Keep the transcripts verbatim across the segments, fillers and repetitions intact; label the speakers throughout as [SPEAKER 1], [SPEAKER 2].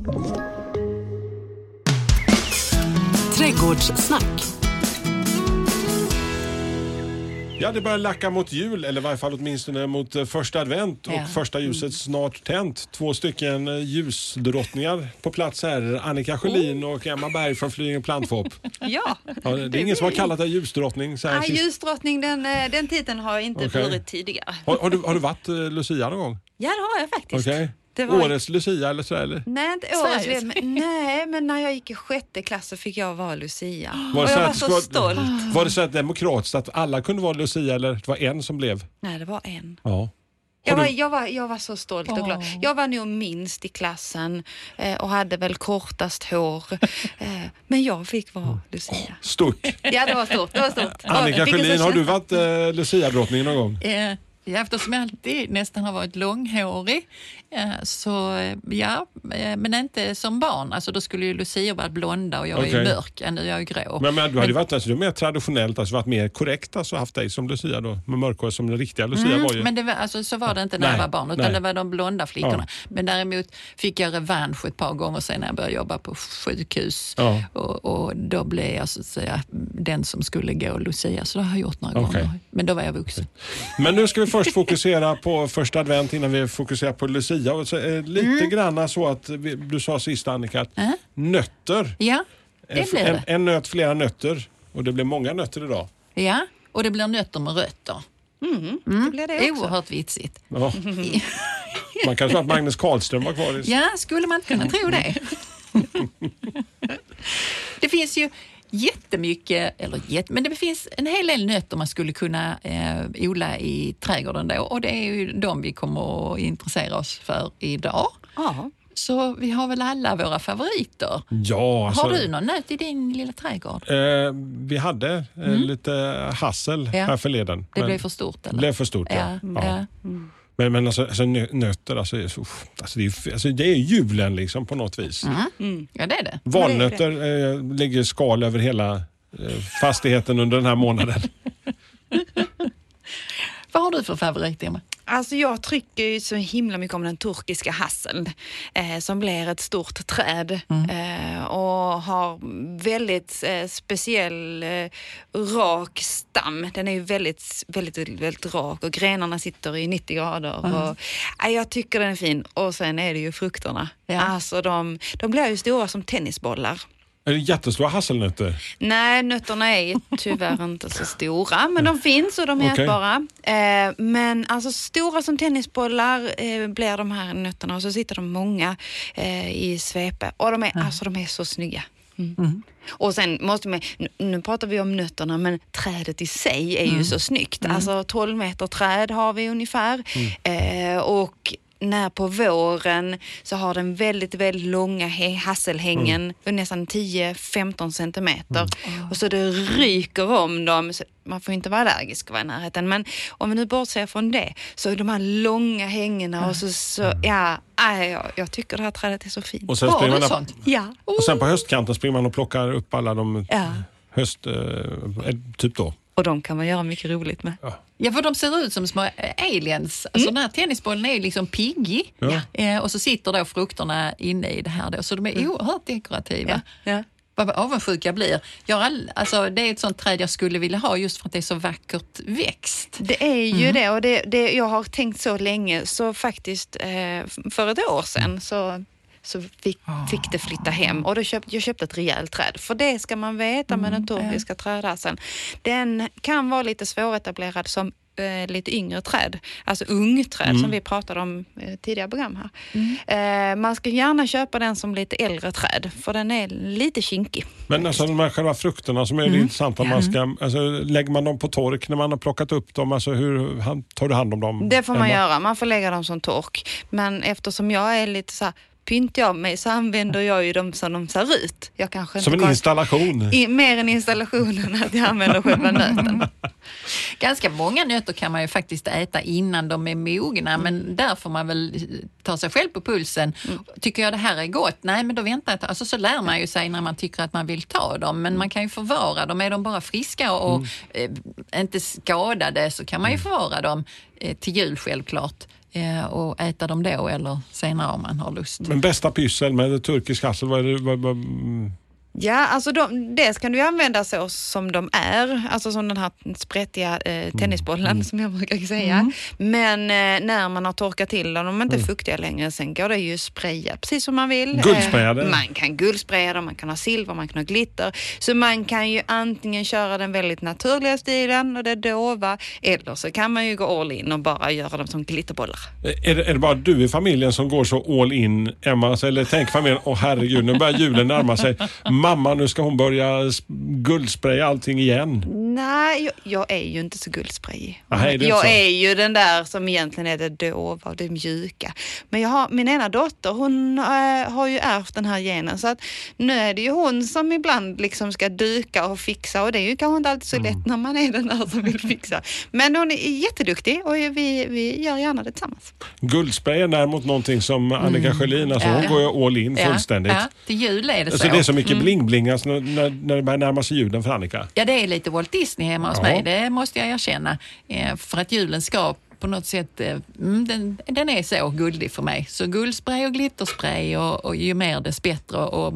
[SPEAKER 1] Trädgårdssnack.
[SPEAKER 2] Ja, det börjar lacka mot jul, eller i varje fall åtminstone mot första advent och
[SPEAKER 3] Ja.
[SPEAKER 2] första ljuset snart tänt. Två stycken ljusdrottningar på plats här. Annika Sjölin och Emma Berg från Flying Plantfop.
[SPEAKER 4] Ja.
[SPEAKER 2] Ja, det är ingen som har kallat dig ljusdrottning så här
[SPEAKER 4] Nej,
[SPEAKER 2] sist.
[SPEAKER 4] ljusdrottning, den, den titeln har jag inte
[SPEAKER 2] Okej.
[SPEAKER 4] burit tidigare.
[SPEAKER 2] Har, har, du, har du varit uh, Lucia någon gång?
[SPEAKER 4] Ja, det har jag faktiskt.
[SPEAKER 2] Okej.
[SPEAKER 4] Det var-
[SPEAKER 2] Årets Lucia eller så eller?
[SPEAKER 4] Nej, inte årets,
[SPEAKER 3] Sveriges.
[SPEAKER 4] men, nej, men när jag gick i sjätte klass så fick jag vara Lucia.
[SPEAKER 2] Var
[SPEAKER 4] och
[SPEAKER 2] det
[SPEAKER 4] jag
[SPEAKER 2] så
[SPEAKER 4] var
[SPEAKER 2] att
[SPEAKER 4] så
[SPEAKER 2] det ska-
[SPEAKER 4] stolt.
[SPEAKER 2] Var det så att demokratiskt att alla kunde vara Lucia eller det var en som blev?
[SPEAKER 4] Nej, det var en.
[SPEAKER 2] Ja.
[SPEAKER 4] Jag
[SPEAKER 2] Har
[SPEAKER 4] var,
[SPEAKER 2] du-
[SPEAKER 4] jag, var, jag var så stolt och glad.
[SPEAKER 3] Åh.
[SPEAKER 4] Jag var nog minst i klassen eh, och hade väl kortast hår. Eh, men jag fick vara Lucia.
[SPEAKER 2] Stort.
[SPEAKER 4] Ja, det var stort. Det var stort.
[SPEAKER 2] Annika
[SPEAKER 4] Jag fick en
[SPEAKER 2] Sjölin,
[SPEAKER 4] sån
[SPEAKER 2] har du
[SPEAKER 4] känsla.
[SPEAKER 2] varit uh, Lucia-drottning någon gång?
[SPEAKER 3] Eh, ja, eftersom jag alltid nästan har varit långhårig eh, så eh, ja, eh, men inte som barn. Alltså då skulle ju Lucia vara blonda och jag är
[SPEAKER 2] Okej.
[SPEAKER 3] ju mörk, än jag är grå.
[SPEAKER 2] Men, men du hade ju varit alltså, du är mer traditionellt, alltså varit mer korrekt, alltså haft dig som Lucia då, med mörkhår som den riktiga Lucia
[SPEAKER 3] Mm,
[SPEAKER 2] var ju.
[SPEAKER 3] men det var, alltså, så var det inte när
[SPEAKER 2] Nej,
[SPEAKER 3] jag var barn, utan
[SPEAKER 2] nej.
[SPEAKER 3] det var de blonda flickorna. Men däremot fick jag revansch ett par gånger sen när jag började jobba på sjukhus.
[SPEAKER 2] Ja.
[SPEAKER 3] Och, och då blev jag så att säga den som skulle gå Lucia. Så det har jag gjort några
[SPEAKER 2] Okej.
[SPEAKER 3] gånger. Men då var jag vuxen.
[SPEAKER 2] Men nu ska vi först fokusera på första advent innan vi fokuserar på Lucia. Och så, eh, lite
[SPEAKER 3] Mm.
[SPEAKER 2] grann så att vi, du sa sist Annika, att
[SPEAKER 3] Äh?
[SPEAKER 2] nötter.
[SPEAKER 3] Ja, det
[SPEAKER 2] En,
[SPEAKER 3] blir
[SPEAKER 2] en,
[SPEAKER 3] det.
[SPEAKER 2] en nöt, flera nötter. Och det blir många nötter idag.
[SPEAKER 3] Ja, och det blir nötter med rötter.
[SPEAKER 4] Mm, det blir det också.
[SPEAKER 3] Oerhört vitsigt.
[SPEAKER 2] Ja. Man kanske att Magnus Carlström var kvar i...
[SPEAKER 3] Ja, skulle man kunna tro det. Det finns ju jättemycket, eller jätte, men det finns en hel del nötter man skulle kunna eh, odla i trädgården då. Och det är ju de vi kommer att intressera oss för idag.
[SPEAKER 4] Ja.
[SPEAKER 3] Så vi har väl alla våra favoriter.
[SPEAKER 2] Ja, alltså,
[SPEAKER 3] Har du någon nöt i din lilla trädgård?
[SPEAKER 2] Eh, vi hade eh, lite hassel
[SPEAKER 3] Ja.
[SPEAKER 2] här förleden.
[SPEAKER 3] Det
[SPEAKER 2] men-
[SPEAKER 3] blev för stort, eller?
[SPEAKER 2] blev för stort, ja.
[SPEAKER 3] Ja,
[SPEAKER 2] ja.
[SPEAKER 3] ja.
[SPEAKER 2] Men, men alltså, alltså nö, nötter, alltså, är så- uff, alltså, det, är, ju- alltså, det är julen liksom på något vis.
[SPEAKER 3] Mm. Ja, det är det.
[SPEAKER 2] Valnötter eh, ligger skal över hela eh, fastigheten under den här månaden.
[SPEAKER 3] Vad har du för favorit, Emma?
[SPEAKER 4] Alltså jag trycker ju så himla mycket om den turkiska hasseln eh, som blir ett stort träd eh, och har väldigt eh, speciell eh, rak stam. Den är ju väldigt, väldigt, väldigt rak och grenarna sitter i nittio grader. Och, eh, jag tycker den är fin. Och sen är det ju frukterna.
[SPEAKER 3] Ja.
[SPEAKER 4] Alltså de, de blir ju stora som tennisbollar.
[SPEAKER 2] Är det jättestora hasselnötter?
[SPEAKER 4] Nej, nötterna är ju tyvärr inte så stora, men de finns och de är
[SPEAKER 2] Okej.
[SPEAKER 4] ätbara. Eh, men alltså stora som tennisbollar eh, blir de här nötterna och så sitter de många eh, i svepe. Och de är, alltså, de är så snygga. Mm. Och sen måste man, nu, nu pratar vi om nötterna, men trädet i sig är ju så snyggt. Alltså tolv meter träd har vi ungefär. Eh, och när på våren så har den väldigt, väldigt långa he- hasselhängen, nästan tio femton centimeter. Och så det ryker om dem. Så man får inte vara allergisk och vara i närheten. Men om vi nu bortser från det, så är de här långa hängena och så, så ja, aj, jag, jag tycker det här trädet är så fint.
[SPEAKER 2] Och sen,
[SPEAKER 3] Har
[SPEAKER 2] springer
[SPEAKER 3] du
[SPEAKER 2] man
[SPEAKER 3] sånt?
[SPEAKER 4] Ja.
[SPEAKER 2] och sen på höstkanten springer man och plockar upp alla de
[SPEAKER 4] Ja.
[SPEAKER 2] höst... Eh, typ då.
[SPEAKER 4] Och de kan man göra mycket roligt med.
[SPEAKER 3] Ja, för de ser ut som små eh, aliens. Alltså den här tennisbollen är ju liksom piggig.
[SPEAKER 2] Ja.
[SPEAKER 3] Eh, och så sitter då frukterna inne i det här då. Så de är oerhört dekorativa.
[SPEAKER 4] Ja.
[SPEAKER 3] Vad avundsjuk jag blir. Jag har all, alltså, det är ett sånt träd jag skulle vilja ha just för att det är så vackert växt.
[SPEAKER 4] Det är ju det, och det, det, jag har tänkt så länge, så faktiskt eh, för ett år sedan så, så fick, fick det flytta hem och då köpt, jag köpte ett rejält träd. För det ska man veta med den turkiska trädhassen. Den kan vara lite svåretablerad som eh, lite yngre träd, alltså ungträd som vi pratade om eh, tidigare program här. Eh, man ska gärna köpa den som lite äldre träd, för den är lite kinkig.
[SPEAKER 2] Men alltså de här själva frukterna som är mm. intressanta, man ska, alltså, lägger man dem på tork när man har plockat upp dem? Alltså hur han, tar du hand om dem?
[SPEAKER 4] Det får man
[SPEAKER 2] Emma?
[SPEAKER 4] göra, man får lägga dem som tork. Men eftersom jag är lite så här pyntig av mig, så använder jag ju dem som de ser ut. Jag kanske inte
[SPEAKER 2] Som en
[SPEAKER 4] kan-
[SPEAKER 2] installation?
[SPEAKER 4] I, mer än installationen att jag använder själva nöten.
[SPEAKER 3] Ganska många nötter kan man ju faktiskt äta innan de är mogna, men där får man väl ta sig själv på pulsen. Tycker jag det här är gott? Nej, men då väntar jag. Alltså, så lär man ju sig när man tycker att man vill ta dem, men man kan ju förvara dem. Är de bara friska och eh, inte skadade, så kan man ju förvara dem eh, till jul självklart. eh, och äta dem då eller senare om man har lust.
[SPEAKER 2] Men bästa pyssel med turkisk hassel, vad är det? Vad, vad,
[SPEAKER 4] Ja, alltså de, det kan du ju använda så som de är. Alltså som den här sprättiga eh, tennisbollen mm. som jag brukar säga. Mm. Men eh, när man har torkat till dem, de är inte mm. fuktiga längre, sen går det ju spraya precis som man vill.
[SPEAKER 2] Guldsprayade?
[SPEAKER 4] Eh, man kan guldspraya dem, man kan ha silver, man kan ha glitter. Så man kan ju antingen köra den väldigt naturliga stilen och det dova, eller så kan man ju gå all in och bara göra dem som glitterbollar.
[SPEAKER 2] Är det, är det bara du i familjen som går så all in, Emma? Eller tänk familjen, åh herregud, nu börjar julen närma sig. Mamma, nu ska hon börja guldspraya allting igen.
[SPEAKER 4] Nej, jag, jag är ju inte så guldsprayig.
[SPEAKER 2] Aha, är
[SPEAKER 4] jag
[SPEAKER 2] så?
[SPEAKER 4] är ju den där som egentligen är det dova och det mjuka. Men jag har, min ena dotter, hon äh, har ju ärvt den här genen. Så att nu är det ju hon som ibland liksom ska dyka och fixa. Och det är ju kanske inte alltid så lätt mm. när man är den där som vill fixa. Men hon är jätteduktig och vi, vi gör gärna det tillsammans.
[SPEAKER 2] Guldspray är däremot någonting som Annika mm. Sjölin, alltså ja. hon går ju all in fullständigt.
[SPEAKER 3] Ja, till jul är det så.
[SPEAKER 2] Alltså det är så mycket mm. bling-bling alltså när, när det börjar närma sig julen för Annika.
[SPEAKER 3] Ja, det är lite Walt Disney hemma hos ja. mig, det måste jag erkänna. Eh, för att julen ska på något sätt, eh, den, den är så guldig för mig. Så guldspray och glitterspray och, och ju mer dess bättre. Och,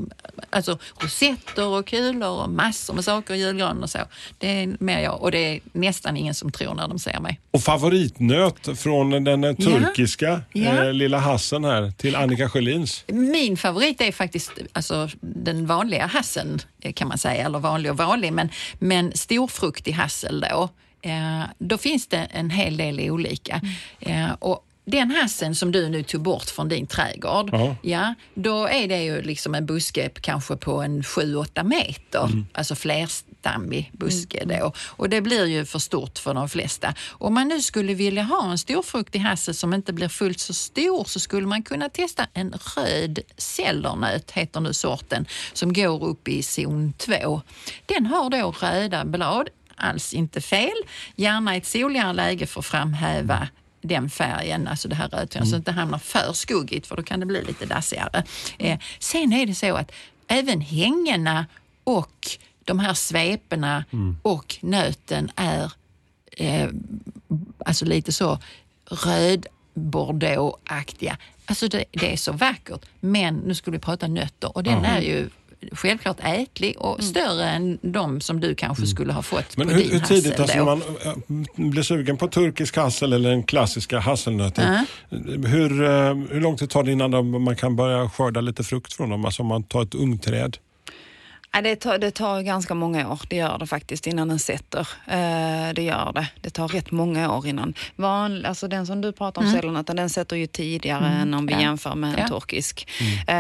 [SPEAKER 3] alltså rosetter och kulor och massor med saker och julgran och så. Det är mer jag och det är nästan ingen som tror när de ser mig.
[SPEAKER 2] Och favoritnöt från den turkiska
[SPEAKER 3] ja. Ja.
[SPEAKER 2] Eh, lilla hassen här till Annika Sjölins?
[SPEAKER 3] Min favorit är faktiskt alltså, den vanliga hassen kan man säga. Eller vanlig och vanlig, men, men storfruktig hassel då. Eh, då finns det en hel del olika. Mm. Eh, och den hassen som du nu tog bort från din trädgård, ja, ja då är det ju liksom en buske kanske på en sju åtta meter. Mm. Alltså flerstammig buske mm. då. Och det blir ju för stort för de flesta. Om man nu skulle vilja ha en storfruktig hassel som inte blir fullt så stor så skulle man kunna testa en röd cellernöt, heter nu sorten, som går upp i zon två. Den har då röda blad. Alls inte fel. Gärna ett soligare läge för att framhäva den färgen, alltså det här rödtonen, mm. så att det inte hamnar för skuggigt för då kan det bli lite dassigare. Eh, sen är det så att även hängena och de här sveperna mm. och nöten är eh, alltså lite så röd bordeaux-aktiga. Alltså det, det är så vackert. Men nu skulle vi prata nötter och den mm. är ju självklart ätlig och mm. större än de som du kanske mm. skulle ha fått
[SPEAKER 2] men
[SPEAKER 3] på
[SPEAKER 2] hur,
[SPEAKER 3] din
[SPEAKER 2] hur tidigt
[SPEAKER 3] hassel.
[SPEAKER 2] Alltså man blir sugen på turkisk hassel eller den klassiska hasselnöten. Uh-huh. Hur, hur långt det tar det innan man kan börja skörda lite frukt från dem? Alltså om man tar ett ungträd.
[SPEAKER 4] Ja, det, tar, det tar ganska många år, det gör det faktiskt innan den sätter. Uh, det gör det. Det tar rätt många år innan. Van, alltså den som du pratar om, mm. cellernöten, den sätter ju tidigare mm. än om vi ja. jämför med en ja. turkisk.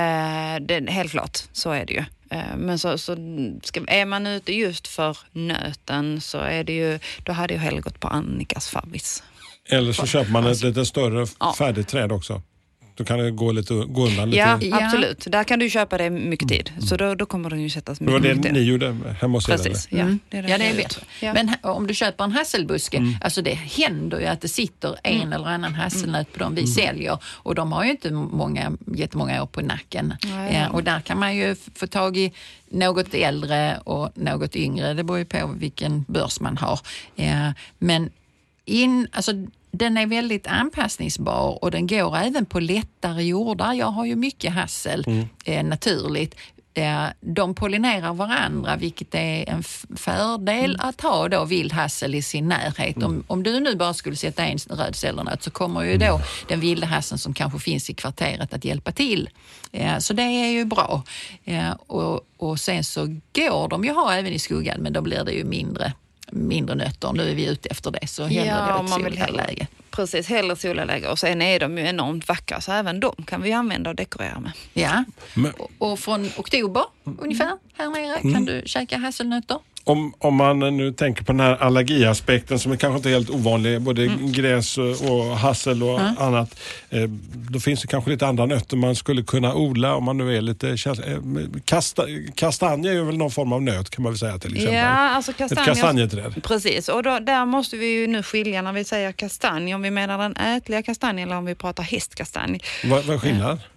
[SPEAKER 4] Mm. Uh, det, helt klart, så är det ju. Uh, men så, så ska, är man ute just för nöten så är det ju, då hade jag hellre gått på Annikas Favis.
[SPEAKER 2] Eller så köper man ett lite större ja. färdigt träd också. Då kan det gå, lite, gå undan lite.
[SPEAKER 4] Ja, ja, absolut. Där kan du köpa det mycket tid. Mm. Så då, då kommer den ju sättas mycket.
[SPEAKER 2] Det var det ni gjorde hemma hos er?
[SPEAKER 4] Precis, ja.
[SPEAKER 3] Mm.
[SPEAKER 4] Det är det
[SPEAKER 3] ja, det är bättre. Ja. Men om du köper en hasselbuske, mm. alltså det händer ju att det sitter en mm. eller annan hasselnöt på dem vi mm. säljer. Och de har ju inte många, jättemånga år på nacken. Ja, ja. Och där kan man ju få tag i något äldre och något yngre. Det beror ju på vilken börs man har. Ja, men in, alltså den är väldigt anpassningsbar och den går även på lättare jordar. Jag har ju mycket hassel mm. eh, naturligt. Eh, de pollinerar varandra, vilket är en f- fördel mm. att ha då vildhassel i sin närhet. Mm. Om, om du nu bara skulle sätta en röd cellernöt så kommer ju då den vilda hasseln som kanske finns i kvarteret att hjälpa till. Eh, så det är ju bra. Eh, och, och sen så går de ju ha även i skuggan, men då blir det ju mindre mindre nötter. Nu är vi ute efter det, så hellre ja, då ett solarläge.
[SPEAKER 4] Precis, hellre solarläge. Och sen är de ju enormt vackra, så även de kan vi använda och dekorera med.
[SPEAKER 3] Ja, Men... och, och från oktober ungefär här nere mm. kan du käka hasselnötter.
[SPEAKER 2] Om, om man nu tänker på den här allergiaspekten som är kanske inte helt ovanlig, både mm. gräs och hassel och mm. annat, eh, då finns det kanske lite andra nötter man skulle kunna odla om man nu är lite eh, kasta, kastanje är ju väl någon form av nöt kan man väl säga till exempel.
[SPEAKER 4] Ja, alltså kastanjer.
[SPEAKER 2] Ett kastanjeträd.
[SPEAKER 4] Precis, och då, där måste vi ju nu skilja när vi säger kastanj, om vi menar den ätliga kastanj eller om vi pratar hästkastanj.
[SPEAKER 2] Vad, vad är skillnaden?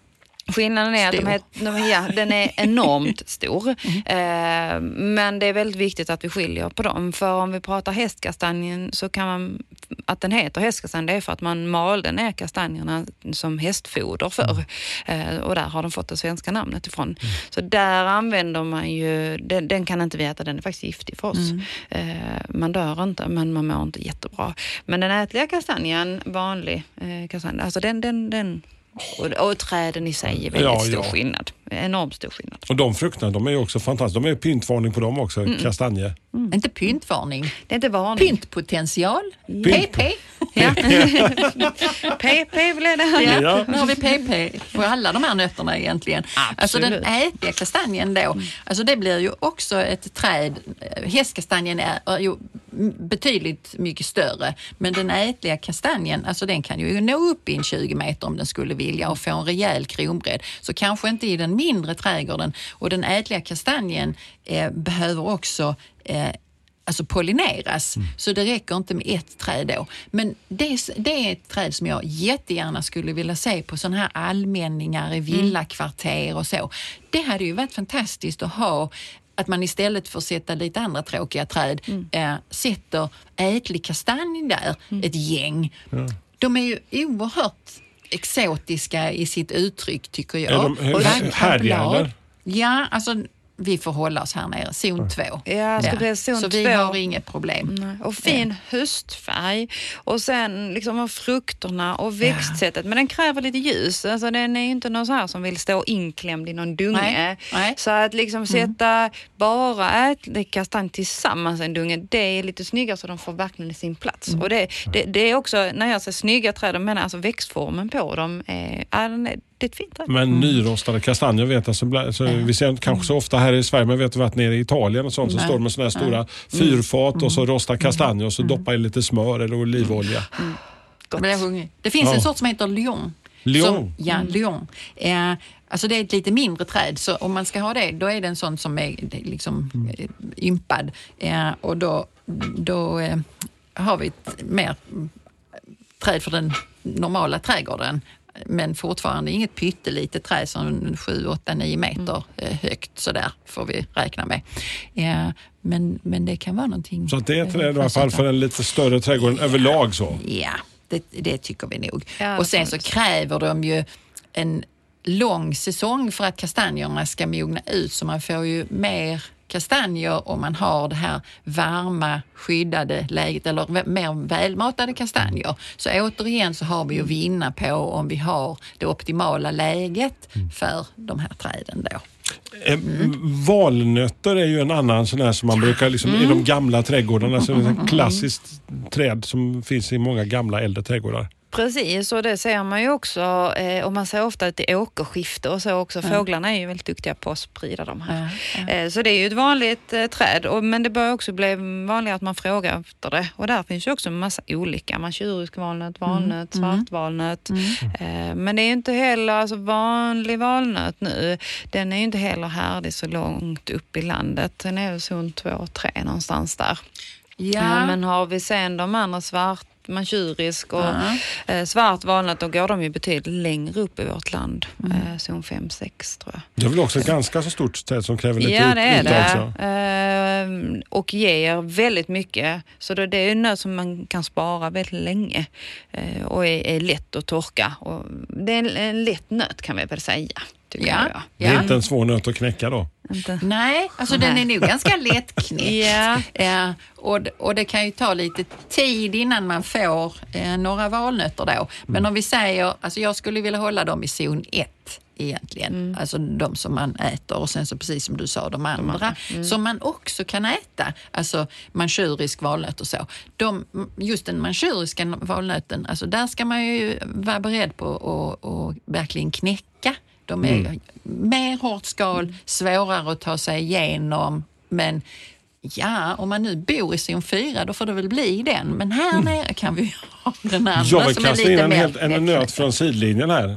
[SPEAKER 4] Skillnaden är
[SPEAKER 3] Stor.
[SPEAKER 4] att de är, de, ja, den är enormt stor. Mm. Eh, men det är väldigt viktigt att vi skiljer på dem. För om vi pratar hästkastanjen så kan man, att den heter hästkastanj, det är för att man malde ner kastanjerna som hästfoder för. Mm. Eh, och där har de fått det svenska namnet ifrån. Mm. Så där använder man ju, den, den kan inte vi äta, den är faktiskt giftig för oss. Mm. Eh, man dör inte, men man mår inte jättebra. Men den ätliga kastanjen, vanlig eh, kastanj, alltså den, den, den Och, och träden i sig är väldigt
[SPEAKER 2] ja,
[SPEAKER 4] stor
[SPEAKER 2] ja.
[SPEAKER 4] skillnad. Enormt stor skillnad.
[SPEAKER 2] Och de frukterna, de är ju också fantastiska. De är pyntvarning på dem också, mm. kastanje.
[SPEAKER 3] Mm. Inte pyntvarning.
[SPEAKER 4] Det är inte varning.
[SPEAKER 3] Pyntpotential.
[SPEAKER 2] Pynt.
[SPEAKER 3] P P.
[SPEAKER 4] Ja. P P blev det här.
[SPEAKER 3] Ja,
[SPEAKER 2] Ja.
[SPEAKER 3] nu har vi P P på alla de här nötterna egentligen.
[SPEAKER 4] Absolut.
[SPEAKER 3] Alltså den ätliga kastanjen då, mm. alltså det blir ju också ett träd. Hästkastanjen är, är ju betydligt mycket större, men den ätliga kastanjen, alltså den kan ju nå upp i en tjugo meter om den skulle vilja och få en rejäl kronbredd. Så kanske inte i den mindre trädgården. Och den ätliga kastanjen eh, behöver också eh, alltså pollineras. Mm. Så det räcker inte med ett träd då. Men det, det är ett träd som jag jättegärna skulle vilja se på sådana här allmänningar i villakvarter och så. Det hade ju varit fantastiskt att ha, att man istället för att sätta lite andra tråkiga träd mm. äh, sätter ätlig kastanj där, mm. ett gäng. Ja. De är ju oerhört exotiska i sitt uttryck, tycker jag.
[SPEAKER 2] Är de
[SPEAKER 3] och
[SPEAKER 2] härdiga eller?
[SPEAKER 3] Ja, alltså vi får hålla oss här nere, zon två.
[SPEAKER 4] Ja, ska bli zon
[SPEAKER 3] så
[SPEAKER 4] två.
[SPEAKER 3] vi har inget problem.
[SPEAKER 4] Nej. Och fin ja. höstfärg och sen liksom frukterna och växtsättet. Ja. Men den kräver lite ljus. Alltså den är inte någon så här som vill stå inklämd i någon dunge. Nej. Nej. Så att liksom sätta mm. bara ätlig kastanj tillsammans i en dunge, det är lite snyggare så de får verkligen sin plats. Mm. Och det, det, det är också, när jag säger snygga träd, menar alltså växtformen på dem är, är, det är ett fint träd.
[SPEAKER 2] Men mm. nyrostade kastanjer vet jag, så, så mm. vi ser kanske så ofta här i Sverige, men vet du varit nere i Italien och sånt, så mm. står de med såna här stora mm. fyrfat mm. och så rostar kastanjer och så mm. doppar i lite smör eller olivolja.
[SPEAKER 3] Mm. Mm. Det finns ja. en sort som heter Lyon.
[SPEAKER 2] Lyon?
[SPEAKER 3] Som, ja, mm. Lyon. Eh, alltså det är ett lite mindre träd, så om man ska ha det, då är det en sån som är liksom mm. eh, ympad. Eh, och då, då eh, har vi ett mer träd för den normala trädgården. Men fortfarande inget pyttelitet träd som sju, åtta, nio meter mm. högt, så där får vi räkna med. Ja, men, men det kan vara någonting.
[SPEAKER 2] Så att det är ett träd i alla fall för en lite större trädgård överlag så?
[SPEAKER 3] Ja, det, det tycker vi nog.
[SPEAKER 4] Ja,
[SPEAKER 3] och sen så kräver de ju en lång säsong för att kastanjerna ska mogna ut, så man får ju mer kastanjer om man har det här varma, skyddade läget, eller mer välmatade kastanjer. Så återigen så har vi ju vinna på om vi har det optimala läget för de här träden då.
[SPEAKER 2] Mm. Valnötter är ju en annan sån här som man brukar liksom, mm. i de gamla trädgårdarna, så det är ett klassiskt träd som finns i många gamla äldre trädgårdar.
[SPEAKER 4] Precis, och det ser man ju också, eh, och man ser ofta att det är åkerskifte och så också. Mm. Fåglarna är ju väldigt duktiga på att sprida de här. Mm. Mm. Eh, så det är ju ett vanligt eh, träd, och, men det börjar också bli vanligt att man frågar efter det. Och där finns ju också en massa olika, manchurisk valnöt, valnöt, mm. svartvalnöt. Mm. Eh, men det är ju inte heller, alltså vanlig valnöt nu, den är ju inte heller härdig så långt upp i landet. Den är ju zon två, tre någonstans där. Ja. Eh, men har vi sen de andra svart, manchurisk och uh-huh. eh, svart valnöt, då går de ju betydligt längre upp i vårt land. Mm. Eh, zon fem, sex tror jag.
[SPEAKER 2] Det är väl också ett ganska så stort träd som kräver lite
[SPEAKER 4] ja, det är det.
[SPEAKER 2] Också.
[SPEAKER 4] Eh, och ger väldigt mycket. Så då, det är ju nöt som man kan spara väldigt länge eh, och är, är lätt att torka. Och det är en, en lätt nöt kan vi väl säga.
[SPEAKER 3] Ja.
[SPEAKER 4] Jag.
[SPEAKER 2] Det är ja. inte en svår nöt att knäcka då?
[SPEAKER 4] Inte.
[SPEAKER 3] Nej, alltså Nej. den är nog ganska lättknäckt.
[SPEAKER 4] ja.
[SPEAKER 3] Ja, och, och det kan ju ta lite tid innan man får eh, några valnötter då. Men mm. om vi säger, alltså jag skulle vilja hålla dem i zon ett egentligen. Mm. Alltså de som man äter, och sen så precis som du sa, de andra. De andra. Mm. Som man också kan äta. Alltså manchurisk valnöt och så. De, just den manchuriska valnöten, alltså där ska man ju vara beredd på att och verkligen knäcka. De är mm. mer hårt skal, svårare att ta sig igenom. Men ja, om man nu bor i zon fyra, då får det väl bli den. Men här mm. nere kan vi ha den andra som är lite mer... Jag vill kasta in
[SPEAKER 2] en, helt, en nöt från sidlinjen här.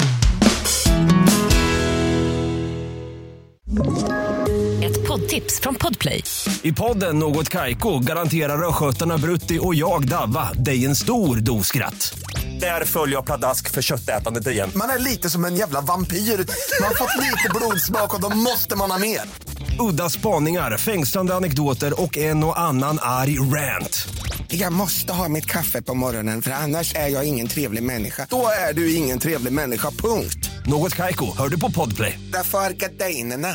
[SPEAKER 1] Ett poddtips från Podplay.
[SPEAKER 5] I podden Något Kaiko garanterar röskötarna Brutti och jag Davva dig en stor doskratt. Där följer jag pladask för köttätandet igen.
[SPEAKER 6] Man är lite som en jävla vampyr. Man har fått lite blodsmak och då måste man ha mer.
[SPEAKER 5] Udda spaningar, fängslande anekdoter och en och annan arg rant.
[SPEAKER 6] Jag måste ha mitt kaffe på morgonen för annars är jag ingen trevlig människa. Då är du ingen trevlig människa, punkt.
[SPEAKER 5] Något Kaiko, hör du på Podplay.
[SPEAKER 6] Därför är gardinerna.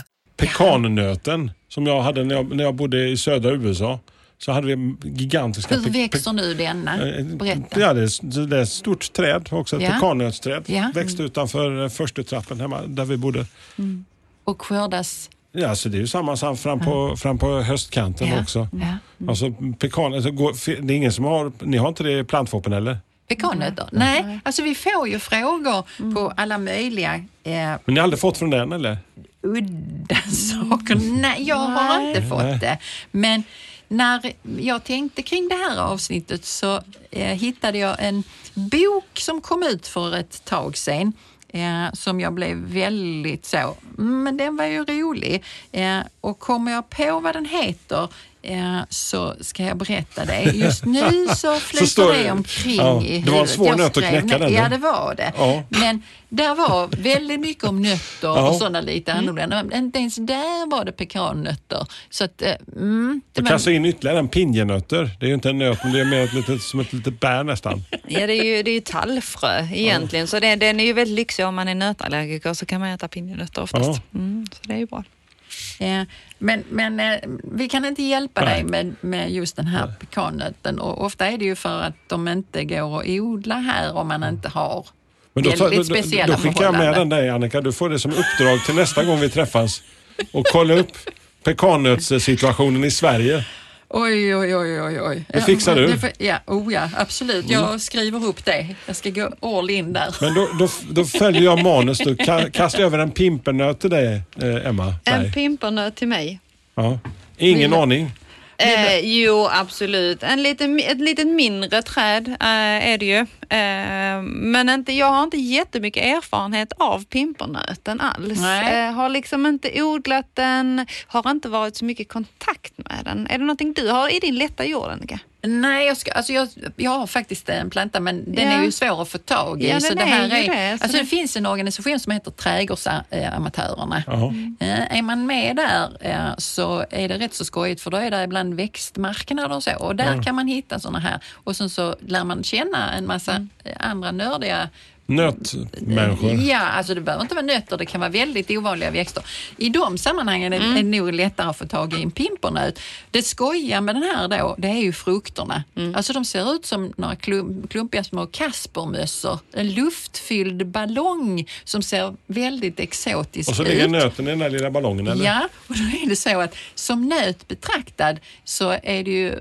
[SPEAKER 2] Pekannöten som jag hade när jag, när jag bodde i södra U S A. Så hade vi gigantiska...
[SPEAKER 3] Hur växer nu denna? Berätta.
[SPEAKER 2] Ja, det är, det är ett stort träd också, ett
[SPEAKER 3] ja.
[SPEAKER 2] pekannötsträd.
[SPEAKER 3] Ja.
[SPEAKER 2] Växte utanför första trappen hemma där vi bodde.
[SPEAKER 3] Mm. Och skördas...
[SPEAKER 2] Ja, så det är ju samma sak fram på, ja. fram på höstkanten ja. också. Ja. Mm. Alltså pekan, alltså, går, det är ingen som har... Ni har inte det i plantfoppen eller?
[SPEAKER 3] Pekannötter? Mm. Nej, Nej, alltså vi får ju frågor mm. på alla möjliga... Eh,
[SPEAKER 2] Men ni har aldrig fått från den eller?
[SPEAKER 3] Udda saker. Nej, jag har Nej. inte fått Nej. det. Men... När jag tänkte kring det här avsnittet så eh, hittade jag en bok som kom ut för ett tag sedan eh, som jag blev väldigt så, men den var ju rolig. Eh, och kommer jag på vad den heter eh, så ska jag berätta det. Just nu så flyter det omkring ja, i huvudet.
[SPEAKER 2] Det var en svår nöt att knäcka den.
[SPEAKER 3] Ja, det var det. Ja. Men där var väldigt mycket om nötter ja. och sådana lite annorlunda. Mm. Inte ens där var det pekannötter. Så att, mm,
[SPEAKER 2] det man... kasta in ytterligare en pinjenötter. Det är ju inte en nöt, men det är mer ett litet, som ett litet bär nästan.
[SPEAKER 4] Ja, det är ju, det är ju tallfrö egentligen. Ja. Så det, den är ju väldigt lyxig om man är nötallergiker så kan man äta pinjenötter oftast. Ja. Mm, så det är ju bra.
[SPEAKER 3] Ja, men, men eh, vi kan inte hjälpa Nej. dig med, med just den här pekannöten. Och ofta är det ju för att de inte går att odla här om man inte har
[SPEAKER 2] men då,
[SPEAKER 3] väldigt
[SPEAKER 2] då,
[SPEAKER 3] speciella
[SPEAKER 2] då, då skickar jag med den där, Annika. Du får det som uppdrag till nästa gång vi träffas och kolla upp pekannötssituationen i Sverige.
[SPEAKER 3] Oj, oj, oj, oj, oj.
[SPEAKER 2] Det fixar du?
[SPEAKER 3] Ja, ja, oh ja, absolut. Jag skriver upp det. Jag ska gå all in där.
[SPEAKER 2] Men då, då, då följer jag manus. Du kastar över en pimpernöt till dig, Emma.
[SPEAKER 4] En Nej. pimpernöt till mig?
[SPEAKER 2] Ja. Ingen
[SPEAKER 4] Vill...
[SPEAKER 2] aning.
[SPEAKER 4] Eh, jo, absolut. En lite, ett lite mindre träd eh, är det ju. Eh, men inte, jag har inte jättemycket erfarenhet av pimpernöten alls. Eh, har liksom inte odlat den, har inte varit så mycket kontakt med den. Är det någonting du har i din lätta jord, Annika?
[SPEAKER 3] Nej, jag, ska, alltså jag, jag har faktiskt en planta men den ja. är ju svår att få tag i.
[SPEAKER 4] Ja,
[SPEAKER 3] så det här är,
[SPEAKER 4] det,
[SPEAKER 3] alltså det, det finns en organisation som heter Trädgårdsamatörerna. Mm. Är man med där så är det rätt så skojigt för då är det ibland växtmarknader och så. Och där mm. kan man hitta såna här. Och sen så lär man känna en massa mm. andra nördiga
[SPEAKER 2] nötmänniskor.
[SPEAKER 3] Ja, alltså det behöver inte vara nötter, det kan vara väldigt ovanliga växter. I de sammanhangen är, mm. är det nog lättare att få tag i en pimpernöt. Det skojiga med den här då, det är ju frukterna. Mm. Alltså de ser ut som några klump, klumpiga små kaspermössor. En luftfylld ballong som ser väldigt exotisk ut.
[SPEAKER 2] Och så ligger ut. nöten i den här lilla ballongen, eller?
[SPEAKER 3] Ja, och då är det så att som nöt betraktad så är det ju,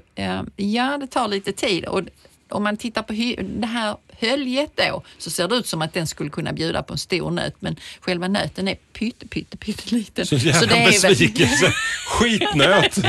[SPEAKER 3] ja det tar lite tid och om man tittar på det här höljet då så ser det ut som att den skulle kunna bjuda på en stor nöt men själva nöten är pytte, pytte, pytte liten.
[SPEAKER 2] Så jävla så det är besvikelse. Väl... Skitnöt.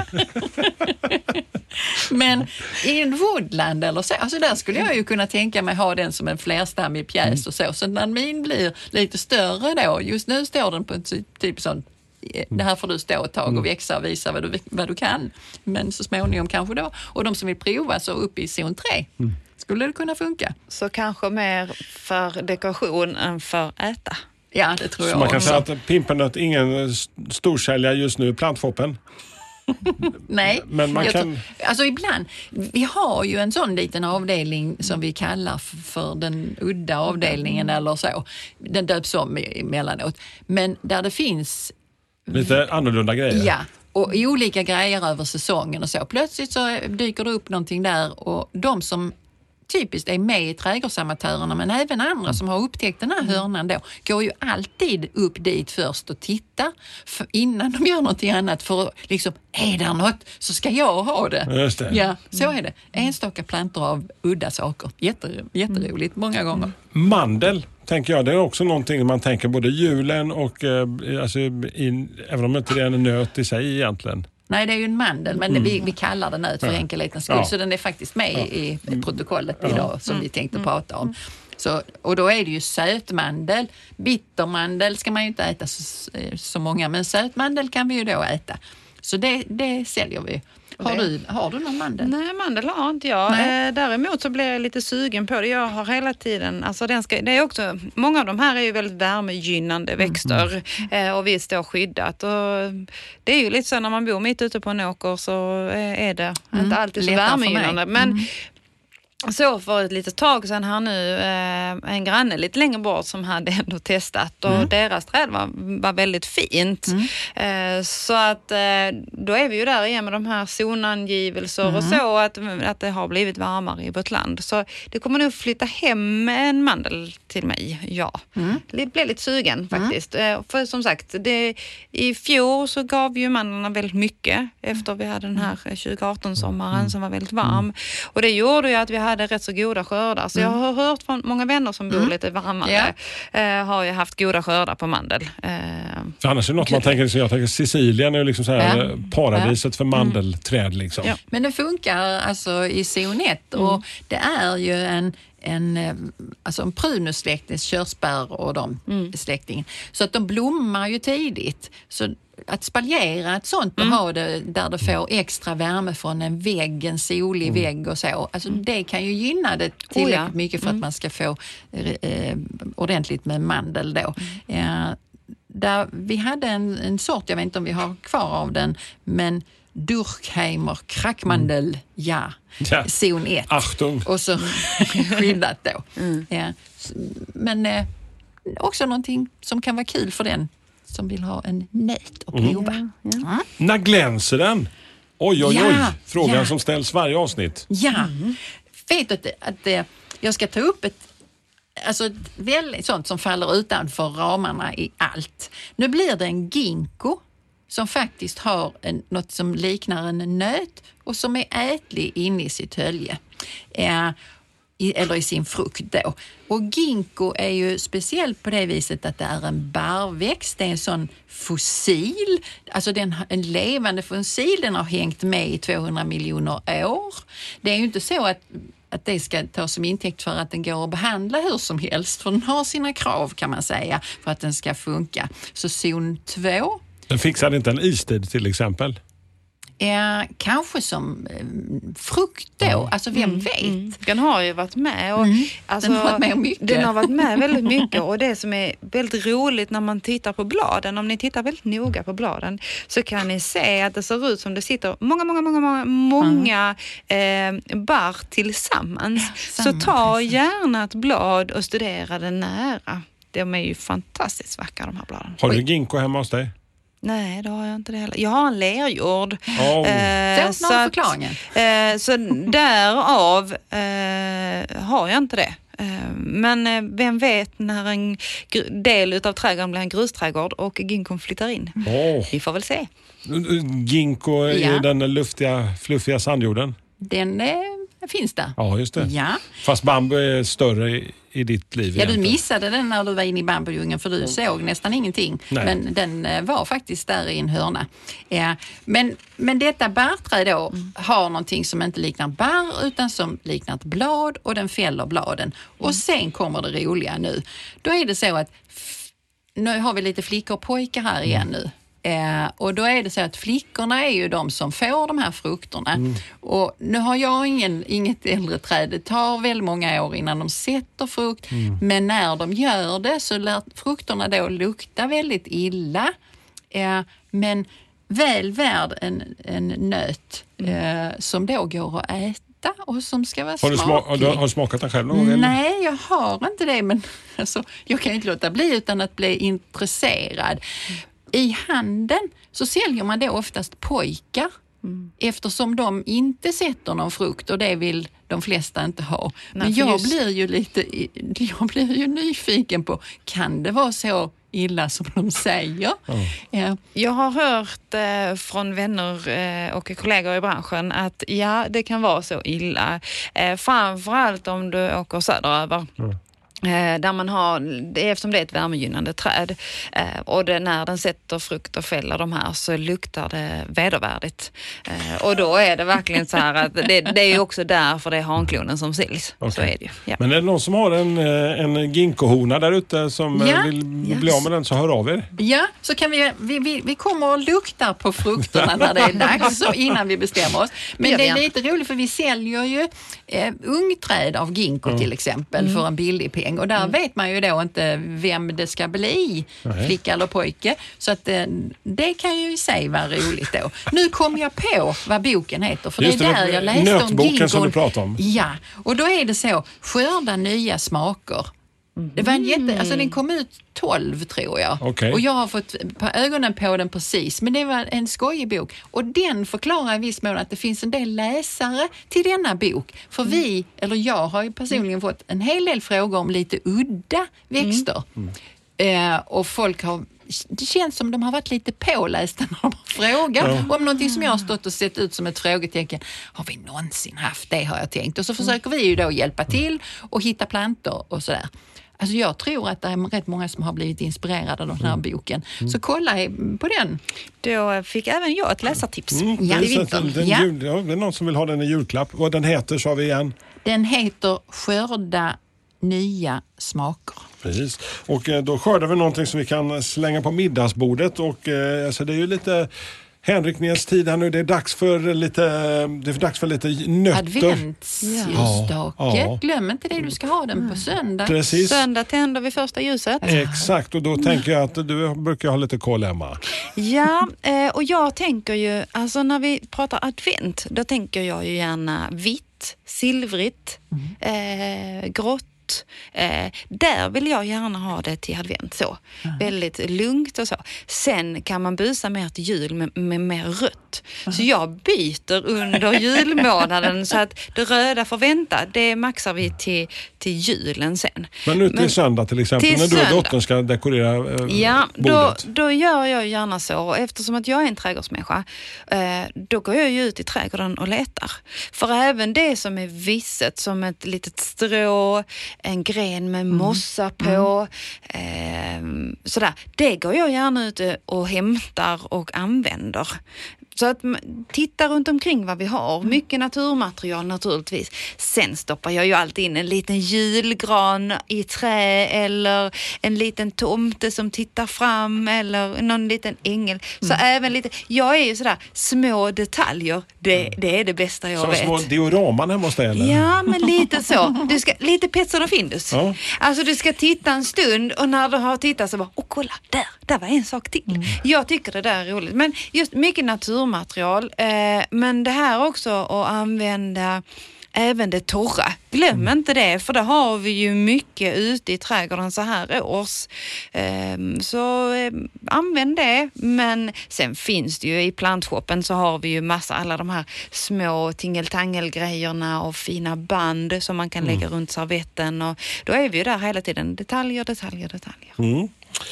[SPEAKER 3] Men i en woodland eller så, alltså där skulle jag ju kunna tänka mig ha den som en flerstammig pjäs och så. Så när min blir lite större då, just nu står den på en typ, typ sån det här får du stå ett tag och växa och visa vad du, vad du kan. Men så småningom kanske då. Och de som vill prova så upp i zon tre. Mm. Skulle det kunna funka?
[SPEAKER 4] Så kanske mer för dekoration än för äta.
[SPEAKER 3] Ja, det tror
[SPEAKER 2] så
[SPEAKER 3] jag
[SPEAKER 2] man kan
[SPEAKER 3] också.
[SPEAKER 2] säga att pimpernöt är ingen storsäljare just nu i plantfoppen.
[SPEAKER 3] Nej,
[SPEAKER 2] men man
[SPEAKER 3] jag
[SPEAKER 2] kan...
[SPEAKER 3] tror, alltså ibland, vi har ju en sån liten avdelning som vi kallar för den udda avdelningen eller så. Den döps om emellanåt. Men där det finns
[SPEAKER 2] lite annorlunda grejer.
[SPEAKER 3] Ja, och olika grejer över säsongen och så. Plötsligt så dyker det upp någonting där och de som typiskt är med i Trädgårdsamatörerna men även andra som har upptäckt den här hörnan då går ju alltid upp dit först och tittar för innan de gör någonting annat för att liksom, är det något så ska jag ha det.
[SPEAKER 2] Just det.
[SPEAKER 3] Ja, så är det. Enstaka plantor av udda saker. Jätte, jätteroligt många gånger.
[SPEAKER 2] Mandel tänker jag, det är också någonting man tänker både julen och eh, alltså, in, även om inte det är en nöt i sig egentligen.
[SPEAKER 3] Nej, det är ju en mandel, men mm. vi, vi kallar den nöt för ja. enkelhetens skull. Ja. Så den är faktiskt med ja. i protokollet idag ja. som mm. vi tänkte prata om. Så, och då är det ju sötmandel. Bittermandel ska man ju inte äta så, så många, men sötmandel kan vi ju då äta. Så det, det säljer vi. Har du, har du någon mandel?
[SPEAKER 4] Nej, mandel har inte jag. Eh, däremot så blir jag lite sugen på det. Jag har hela tiden, alltså den ska, det är också, många av de här är ju väldigt värmegynnande växter mm. eh, och vill stå skyddat. Och det är ju lite så när man bor mitt ute på en åker så eh, är det mm. inte alltid så värmegynnande. Men mm. så för ett litet tag sedan här nu eh, en granne lite längre bort som hade ändå testat och mm. deras träd var, var väldigt fint. Mm. Eh, så att eh, då är vi ju där igen med de här zonangivelser mm. och så att, att det har blivit varmare i vårt land. Så det kommer nog flytta hem en mandel till mig, ja. Mm. Det blev lite sugen faktiskt. Mm. Eh, för som sagt, det, i fjol så gav ju mandlarna väldigt mycket efter vi hade den här tjugo arton-sommaren mm. som var väldigt varm. Mm. Och det gjorde ju att vi hade rätt så goda skördar. Så mm. jag har hört från många vänner som bor mm. lite varmare yeah. eh, har ju haft goda skördar på mandel. Eh,
[SPEAKER 2] för annars är det något man tänker, så jag tänker Sicilien är ju liksom så här ja. paradiset för mandelträd liksom.
[SPEAKER 3] Ja. Men det funkar alltså i zon ett mm. och det är ju en en, alltså en prunussläkt, körsbär och de mm. släktingen. Så att de blommar ju tidigt. Så att spaljera ett sånt och mm. ha det där det får extra värme från en vägg, en solig mm. vägg och så. Alltså mm. det kan ju gynna det tillräckligt oh ja. mycket för mm. att man ska få eh, ordentligt med mandel då. Mm. Eh, där vi hade en, en sort, jag vet inte om vi har kvar av den, men Durkheimer krackmandel, mm. ja. ja. Zon ett.
[SPEAKER 2] Achtung.
[SPEAKER 3] Och så skyddat då. Mm. Ja. Men eh, också någonting som kan vara kul för den som vill ha en nöt och prova. Mm.
[SPEAKER 2] Ja. Ja. När glänser den? Oj, oj, oj. Ja. Frågan ja. som ställs varje avsnitt.
[SPEAKER 3] Ja. Mm. Vet du att, att, att jag ska ta upp ett alltså väldigt sånt som faller utanför ramarna i allt. Nu blir det en ginkgo som faktiskt har en, något som liknar en nöt och som är ätlig inne i sitt hölje. Eh, i, eller i sin frukt då. Och ginkgo är ju speciellt på det viset att det är en barrväxt. Det är en sån fossil. Alltså den, en levande fossil. Den har hängt med i tvåhundra miljoner år. Det är ju inte så att att det ska tas som intäkt för att den går att behandla hur som helst. För den har sina krav kan man säga för att den ska funka. Så zon två.
[SPEAKER 2] Den fixar inte en istid till exempel?
[SPEAKER 3] Eh, kanske som eh, frukt då. Mm. Alltså vem mm. vet? Mm.
[SPEAKER 4] Den har ju varit med. Och,
[SPEAKER 3] mm.
[SPEAKER 4] alltså,
[SPEAKER 3] den har varit med mycket.
[SPEAKER 4] Den har varit med väldigt mycket. Och det som är väldigt roligt när man tittar på bladen, om ni tittar väldigt noga på bladen, så kan ni se att det ser ut som det sitter många, många, många, många, många mm. eh, barr tillsammans. Ja, så ta gärna ett blad och studera det nära. De är ju fantastiskt vackra de här bladen.
[SPEAKER 2] Har du ginkgo hemma hos dig?
[SPEAKER 4] Nej, det har jag inte det heller. Jag har en lerjord.
[SPEAKER 3] Oh. Eh, så, så, förklaringen.
[SPEAKER 4] Eh, så därav eh, har jag inte det. Eh, men eh, vem vet när en gr- del utav trädgården blir en grusträdgård och ginkgon flyttar in. Oh. Vi får väl se.
[SPEAKER 2] Ginkgo är ja. den luftiga, fluffiga sandjorden.
[SPEAKER 3] Den är... finns det.
[SPEAKER 2] Ja, just det.
[SPEAKER 3] Ja.
[SPEAKER 2] Fast bambu är större i, i ditt liv.
[SPEAKER 3] Ja,
[SPEAKER 2] egentligen.
[SPEAKER 3] Du missade den när du var inne i bambudjungeln för du mm. såg nästan ingenting. Nej. Men den var faktiskt där i en hörna. Ja. Men, men detta barrträd då mm. har någonting som inte liknar barr utan som liknar ett blad och den fäller bladen. Mm. Och sen kommer det roliga nu. Då är det så att f- nu har vi lite flickor och pojkar här igen nu. Eh, och då är det så att flickorna är ju de som får de här frukterna. Mm. Och nu har jag ingen, inget äldre träd. Det tar väldigt många år innan de sätter frukt. Mm. Men när de gör det så lär frukterna då lukta väldigt illa. Eh, men väl värd en, en nöt eh, som då går att äta och som ska vara
[SPEAKER 2] har du
[SPEAKER 3] smaklig.
[SPEAKER 2] Sma- har du smakat den själv någon gång?
[SPEAKER 3] Nej, jag har inte det. Men alltså, jag kan ju inte låta bli utan att bli intresserad. I handeln så säljer man då oftast pojkar mm. eftersom de inte sätter någon frukt och det vill de flesta inte ha. Nej, men jag just... blir ju lite jag blir ju nyfiken på, kan det vara så illa som de säger? Oh. Ja.
[SPEAKER 4] Jag har hört eh, från vänner eh, och kollegor i branschen att ja, det kan vara så illa. Eh, framförallt om du åker söderöver. Mm. Eh, där man har, det är, eftersom det är ett värmegynnande träd eh, och det, när den sätter frukt och fäller de här så luktar det vedervärdigt. Eh, och då är det verkligen så här att det, det är ju också därför det är hanklonen som säljs.
[SPEAKER 2] Okay.
[SPEAKER 4] Så är det ju. Ja.
[SPEAKER 2] Men är det någon som har en, en ginkgohona där ute som
[SPEAKER 3] Ja.
[SPEAKER 2] vill
[SPEAKER 4] Yes.
[SPEAKER 2] bli av med den, så hör av er.
[SPEAKER 3] Ja, så kan vi, vi, vi, vi kommer och lukta på frukterna när det är dags så innan vi bestämmer oss. Men
[SPEAKER 4] Gör
[SPEAKER 3] det
[SPEAKER 4] vi
[SPEAKER 3] är
[SPEAKER 4] gärna.
[SPEAKER 3] lite roligt för vi säljer ju eh, ungträd av ginkgo till exempel för en billig peng. Och där vet man ju då inte vem det ska bli,
[SPEAKER 2] Nej.
[SPEAKER 3] flicka eller pojke. Så att eh, det kan ju i sig vara roligt då. Nu kom jag på vad boken heter, för
[SPEAKER 2] Just
[SPEAKER 3] det är
[SPEAKER 2] det,
[SPEAKER 3] där jag läste om
[SPEAKER 2] nötboken
[SPEAKER 3] ginkgon.
[SPEAKER 2] som du pratade om.
[SPEAKER 3] Ja, och då är det så, skörda nya smaker. Det var en jätte, alltså den kom ut tolv tror jag.
[SPEAKER 2] Okej.
[SPEAKER 3] Och jag har fått på ögonen på den precis. Men det var en skojig bok. Och den förklarar i viss mån att det finns en del läsare till denna bok. För vi, eller jag har ju personligen fått en hel del frågor om lite udda växter. Eh, och folk har, det känns som de har varit lite pålästa när de har frågat
[SPEAKER 2] Ja.
[SPEAKER 3] om någonting som jag har stått och sett ut som ett frågetecken. Har vi någonsin haft det, har jag tänkt. Och så försöker vi ju då hjälpa till och hitta plantor och sådär. Alltså jag tror att det är rätt många som har blivit inspirerade av den här boken. Så kolla på den.
[SPEAKER 4] Då fick även jag ett läsartips.
[SPEAKER 2] Mm,
[SPEAKER 3] Ja,
[SPEAKER 2] det,
[SPEAKER 3] i
[SPEAKER 2] är så
[SPEAKER 3] vintern.
[SPEAKER 2] att den
[SPEAKER 3] Ja.
[SPEAKER 2] jul, ja, det är någon som vill ha den i julklapp. Vad den heter sa vi igen.
[SPEAKER 3] Den heter Skörda nya smaker.
[SPEAKER 2] Precis. Och eh, då skördar vi någonting som vi kan slänga på middagsbordet. Och eh, alltså det är ju lite hänryckningens tid här nu. Det är dags för lite, det är dags för lite nötter.
[SPEAKER 3] Adventsljusstake.
[SPEAKER 2] Ja, ja.
[SPEAKER 3] Glöm inte det, du ska ha den på söndag.
[SPEAKER 2] Precis.
[SPEAKER 4] Söndag tänder vi första ljuset.
[SPEAKER 2] Exakt, och då tänker jag att du brukar ha lite koll, Emma.
[SPEAKER 4] Ja, eh, och jag tänker ju, alltså när vi pratar advent, då tänker jag ju gärna vitt, silvrigt, eh, grått. Eh, där vill jag gärna ha det till advent så. Väldigt lugnt och så. Sen kan man busa mer till jul med, med mer rött. Så jag byter under julmånaden så att det röda får vänta. Det maxar vi till, till julen sen.
[SPEAKER 2] Men nu till
[SPEAKER 4] Men-
[SPEAKER 2] söndag till exempel,
[SPEAKER 4] till
[SPEAKER 2] när du och
[SPEAKER 4] söndag.
[SPEAKER 2] dottern ska dekorera eh,
[SPEAKER 4] Ja, då,
[SPEAKER 2] bordet.
[SPEAKER 4] då gör jag gärna så. Och eftersom att jag är en trädgårdsmänniska, eh, då går jag ju ut i trädgården och letar. För även det som är visset, som ett litet strå, en gren med mossa på, eh, sådär, det går jag gärna ut och hämtar och använder. Så att m- titta runt omkring vad vi har. Mycket naturmaterial naturligtvis. Sen stoppar jag ju alltid in en liten julgran i trä eller en liten tomte som tittar fram eller någon liten ängel. Så även lite, jag är ju sådär, små detaljer, det, det är det bästa jag
[SPEAKER 2] Som
[SPEAKER 4] vet.
[SPEAKER 2] små dioraman hemma hos dig, eller?
[SPEAKER 4] Ja, men lite så. Du ska, lite Petson och Findus.
[SPEAKER 2] Ja.
[SPEAKER 4] Alltså du ska titta en stund och när du har tittat så bara, åh kolla, där, där var en sak till. Jag tycker det där är roligt. Men just mycket naturmaterial. Eh, men det här också att använda även det torra. Glöm
[SPEAKER 2] Mm.
[SPEAKER 4] inte det, för det har vi ju mycket ute i trädgården så här års. Ehm, så eh, använd det. Men sen finns det ju i plantshoppen så har vi ju massa alla de här små tingeltangelgrejerna och fina band som man kan lägga runt servetten. Och då är vi ju där hela tiden. Detaljer, detaljer, detaljer.
[SPEAKER 2] Mm.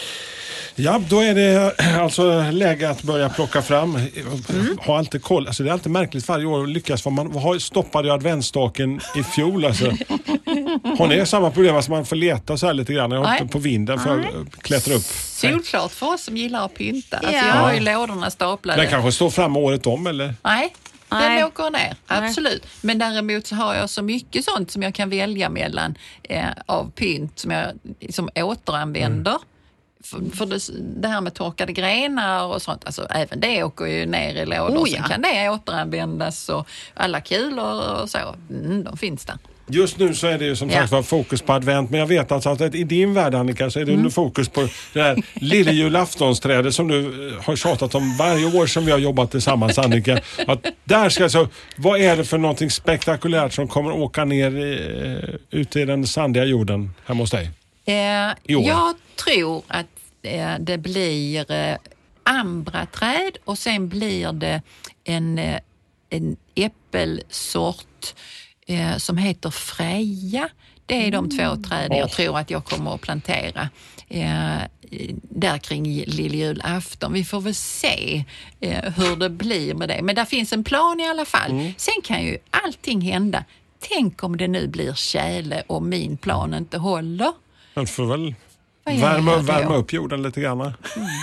[SPEAKER 2] Ja, då är det alltså läge att börja plocka fram. Ha alltid koll. Alltså det är alltid märkligt varje år att lyckas. För man har, stoppade ju adventsstaken i fjol. Alltså. Har ni samma problem? Alltså man får leta så här lite grann. Jag har
[SPEAKER 3] Nej.
[SPEAKER 2] inte på vinden för att klättra upp.
[SPEAKER 3] Solklart för oss som gillar att pynta. Alltså
[SPEAKER 4] Ja.
[SPEAKER 3] jag har ju lådorna staplade.
[SPEAKER 2] Den kanske står fram året om, eller?
[SPEAKER 3] Nej, den
[SPEAKER 4] Nej.
[SPEAKER 3] åker ner. Absolut. Men däremot så har jag så mycket sånt som jag kan välja mellan eh, av pynt som jag som återanvänder.
[SPEAKER 2] Mm.
[SPEAKER 3] För, för det, det här med torkade grenar och sånt, alltså även det åker ju ner i lådor.
[SPEAKER 4] Oh, ja.
[SPEAKER 3] Sen kan det återanvändas och alla kulor och så, mm, de finns där.
[SPEAKER 2] Just nu så är det ju som
[SPEAKER 3] Ja.
[SPEAKER 2] sagt var fokus på advent, men jag vet alltså att i din värld, Annika, så är det under fokus på det här lilla julaftonsträdet som du eh, har tjatat om varje år som vi har jobbat tillsammans, Annika. Att där ska så, vad är det för någonting spektakulärt som kommer åka ner i, ute i den sandiga jorden hemma hos dig?
[SPEAKER 3] Eh,
[SPEAKER 2] I år.
[SPEAKER 3] jag tror att eh, det blir eh, ambraträd och sen blir det en, eh, en äppelsort eh, som heter Freja. Det är de två träden jag tror att jag kommer att plantera eh, där kring lilljulafton. Vi får väl se eh, hur det blir med det. Men där finns en plan i alla fall. Sen kan ju allting hända. tänk om det nu blir tjäle och min plan inte håller.
[SPEAKER 2] Man får väl
[SPEAKER 3] Vad
[SPEAKER 2] värma,
[SPEAKER 3] gör jag
[SPEAKER 2] värma
[SPEAKER 3] då?
[SPEAKER 2] upp jorden lite grann.
[SPEAKER 4] Mm.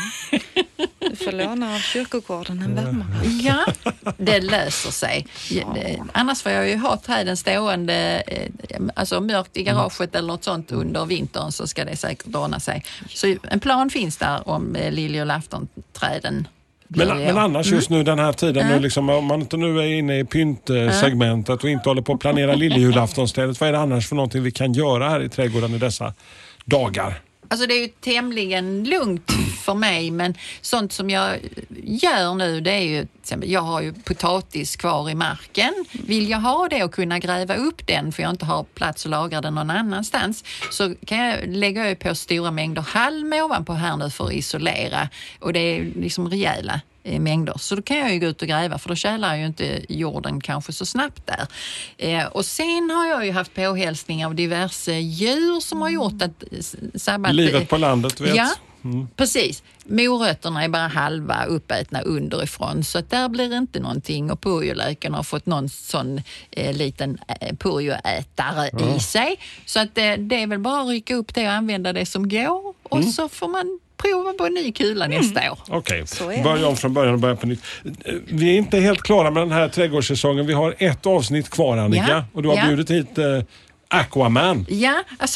[SPEAKER 4] Du får låna av kyrkogården en värme.
[SPEAKER 3] Ja, det löser sig. Annars får jag ju ha träden stående, alltså mörkt i garaget eller något sånt under vintern, så ska det säkert ordna sig. Så en plan finns där om lilje- och laftonträden.
[SPEAKER 2] Men, men annars just nu den här tiden,
[SPEAKER 3] Mm.
[SPEAKER 2] nu liksom, om man inte nu är inne i pyntsegmentet och inte håller på att planera lilljulaftonstället, vad är det annars för någonting vi kan göra här i trädgården i dessa dagar?
[SPEAKER 3] Alltså det är ju tämligen lugnt för mig, men sånt som jag gör nu, det är ju, jag har ju potatis kvar i marken. Vill jag ha det och kunna gräva upp den, för jag inte har plats att lagra den någon annanstans, så kan jag lägga på stora mängder halm ovanpå här nu för att isolera. Och det är liksom rejäla mängder. Så då kan jag ju gå ut och gräva, för då kärlar ju inte jorden kanske så snabbt där. Eh, och sen har jag ju haft påhälsning av diverse djur som har gjort att sabbat...
[SPEAKER 2] Livet på landet, vet.
[SPEAKER 3] Ja,
[SPEAKER 2] mm.
[SPEAKER 3] precis. Morötterna är bara halva uppätna underifrån, så att där blir det inte någonting, och purjolöken har fått någon sån eh, liten eh, purjoätare
[SPEAKER 2] ja.
[SPEAKER 3] i sig. Så att eh, det är väl bara att rycka upp det och använda det som går, och mm. så får man prova på en ny kula mm. nästa år.
[SPEAKER 2] Okej, okay. Börja om från början och börja på nytt. Vi är inte helt klara med den här trädgårdssäsongen. Vi har ett avsnitt kvar, Annika. Ja. Och du har ja. bjudit hit eh, Aquaman.
[SPEAKER 3] Ja, alltså...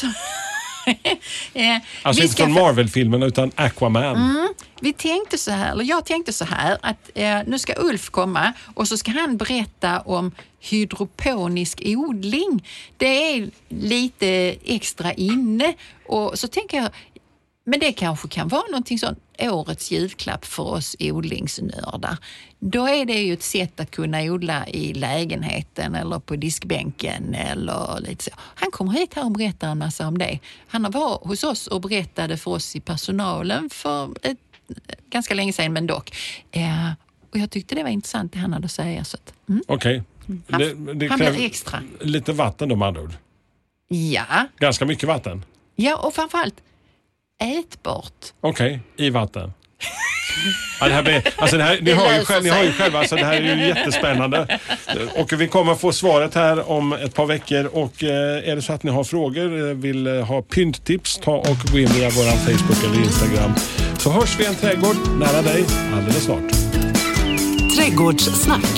[SPEAKER 2] eh, alltså inte från Marvel-filmen utan Aquaman.
[SPEAKER 3] Mm, vi tänkte så här, eller jag tänkte så här, att eh, nu ska Ulf komma och så ska han berätta om hydroponisk odling. Det är lite extra inne, och så tänker jag, men det kanske kan vara någonting sånt, årets julklapp för oss odlingsnördar. Då är det ju ett sätt att kunna odla i lägenheten eller på diskbänken eller lite så. Han kommer hit här och berättar en massa om det. Han var hos oss och berättade för oss i personalen för ett, ganska länge sedan, men dock. Eh, och jag tyckte det var intressant det han hade att säga. Mm.
[SPEAKER 2] Okej. Okay.
[SPEAKER 3] Han, det, det han blir extra.
[SPEAKER 2] Lite vatten då, med andra ord.
[SPEAKER 3] Ja.
[SPEAKER 2] Ganska mycket vatten.
[SPEAKER 3] Ja, och framförallt ätbart.
[SPEAKER 2] Okej, okay, i vatten. Ja, det här blir, alltså det här, ni, har ju själv, ni har ju själva, alltså det här är ju jättespännande. Och vi kommer få svaret här om ett par veckor. Och eh, är det så att ni har frågor, vill ha pynttips, ta och gå in via vår Facebook eller Instagram. Så hörs vi i en trädgård nära dig alldeles snart.
[SPEAKER 1] Trädgårdssnack.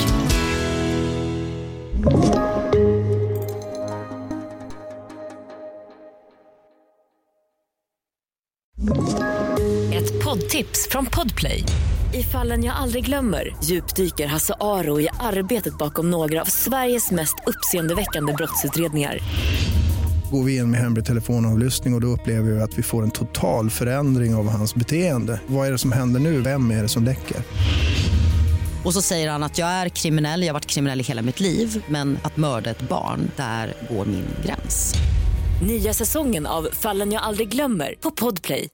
[SPEAKER 1] Ett poddtips från Podplay. I Fallen jag aldrig glömmer djupdyker Hasse Aro i arbetet bakom några av Sveriges mest uppseendeväckande brottsutredningar.
[SPEAKER 7] Går vi in med hemlig telefonavlyssning och, och då upplever vi att vi får en total förändring av hans beteende. Vad är det som händer nu? Vem är det som läcker?
[SPEAKER 8] Och så säger han att jag är kriminell, jag har varit kriminell i hela mitt liv, men att mörda ett barn, där går min gräns.
[SPEAKER 1] Nya säsongen av Fallen jag aldrig glömmer på Podplay.